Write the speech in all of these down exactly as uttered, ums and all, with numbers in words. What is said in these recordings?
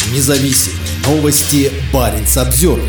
Независимые новости. Баренц-Обзервер.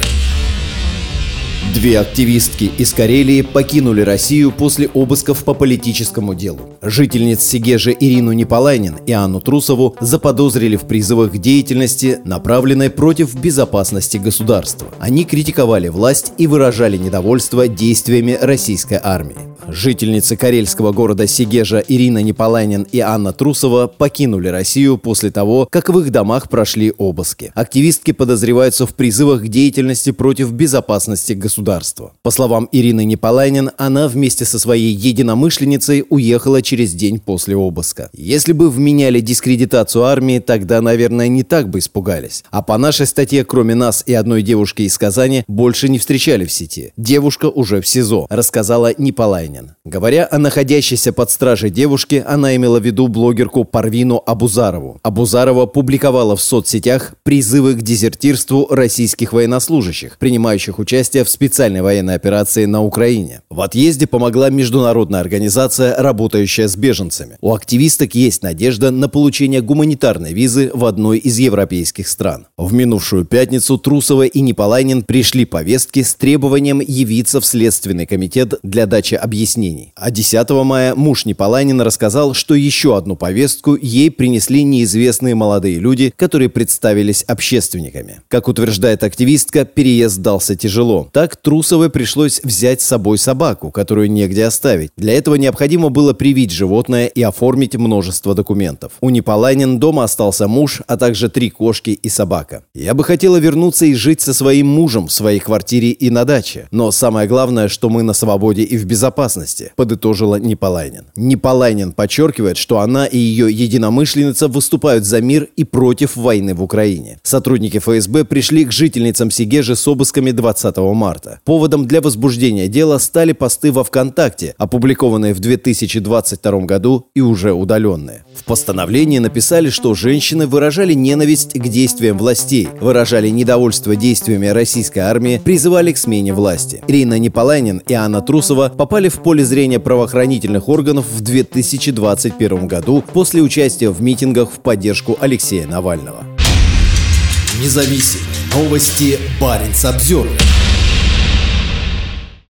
Две активистки из Карелии покинули Россию после обысков по политическому делу. Жительниц Сегежа Ирину Непалайнин и Анну Трусову заподозрили в призывах к деятельности, направленной против безопасности государства. Они критиковали власть и выражали недовольство действиями российской армии. Жительницы карельского города Сегежа Ирина Непалайнин и Анна Трусова покинули Россию после того, как в их домах прошли обыски. Активистки подозреваются в призывах к деятельности против безопасности государства. По словам Ирины Непалайнин, она вместе со своей единомышленницей уехала через день после обыска. Если бы вменяли дискредитацию армии, тогда, наверное, не так бы испугались. А по нашей статье, кроме нас и одной девушки из Казани, больше не встречали в сети. Девушка уже в СИЗО, рассказала Непалайнин. Говоря о находящейся под стражей девушке, она имела в виду блогерку Парвину Абузарову. Абузарова публиковала в соцсетях призывы к дезертирству российских военнослужащих, принимающих участие в специальной военной операции на Украине. В отъезде помогла международная организация, работающая с беженцами. У активисток есть надежда на получение гуманитарной визы в одной из европейских стран. В минувшую пятницу Трусова и Непалайнин пришли повестки с требованием явиться в Следственный комитет для дачи объяснений. А десятого мая муж Непалайнин рассказал, что еще одну повестку ей принесли неизвестные молодые люди, которые представились общественниками. Как утверждает активистка, переезд дался тяжело. Так Трусовой пришлось взять с собой собаку, которую негде оставить. Для этого необходимо было привить животное и оформить множество документов. У Непалайнин дома остался муж, а также три кошки и собака. «Я бы хотела вернуться и жить со своим мужем в своей квартире и на даче. Но самое главное, что мы на свободе и в безопасности», подытожила Непалайнин. Непалайнин подчеркивает, что она и ее единомышленница выступают за мир и против войны в Украине. Сотрудники эф эс бэ пришли к жительницам Сегежа с обысками двадцатого марта. Поводом для возбуждения дела стали посты во ВКонтакте, опубликованные в две тысячи двадцать втором году и уже удаленные. В постановлении написали, что женщины выражали ненависть к действиям властей, выражали недовольство действиями российской армии, призывали к смене власти. Ирина Непалайнин и Анна Трусова попали в поле зрения правоохранительных органов в две тысячи двадцать первом году после участия в митингах в поддержку Алексея Навального. Независимые новости. Баренц-Обзервер.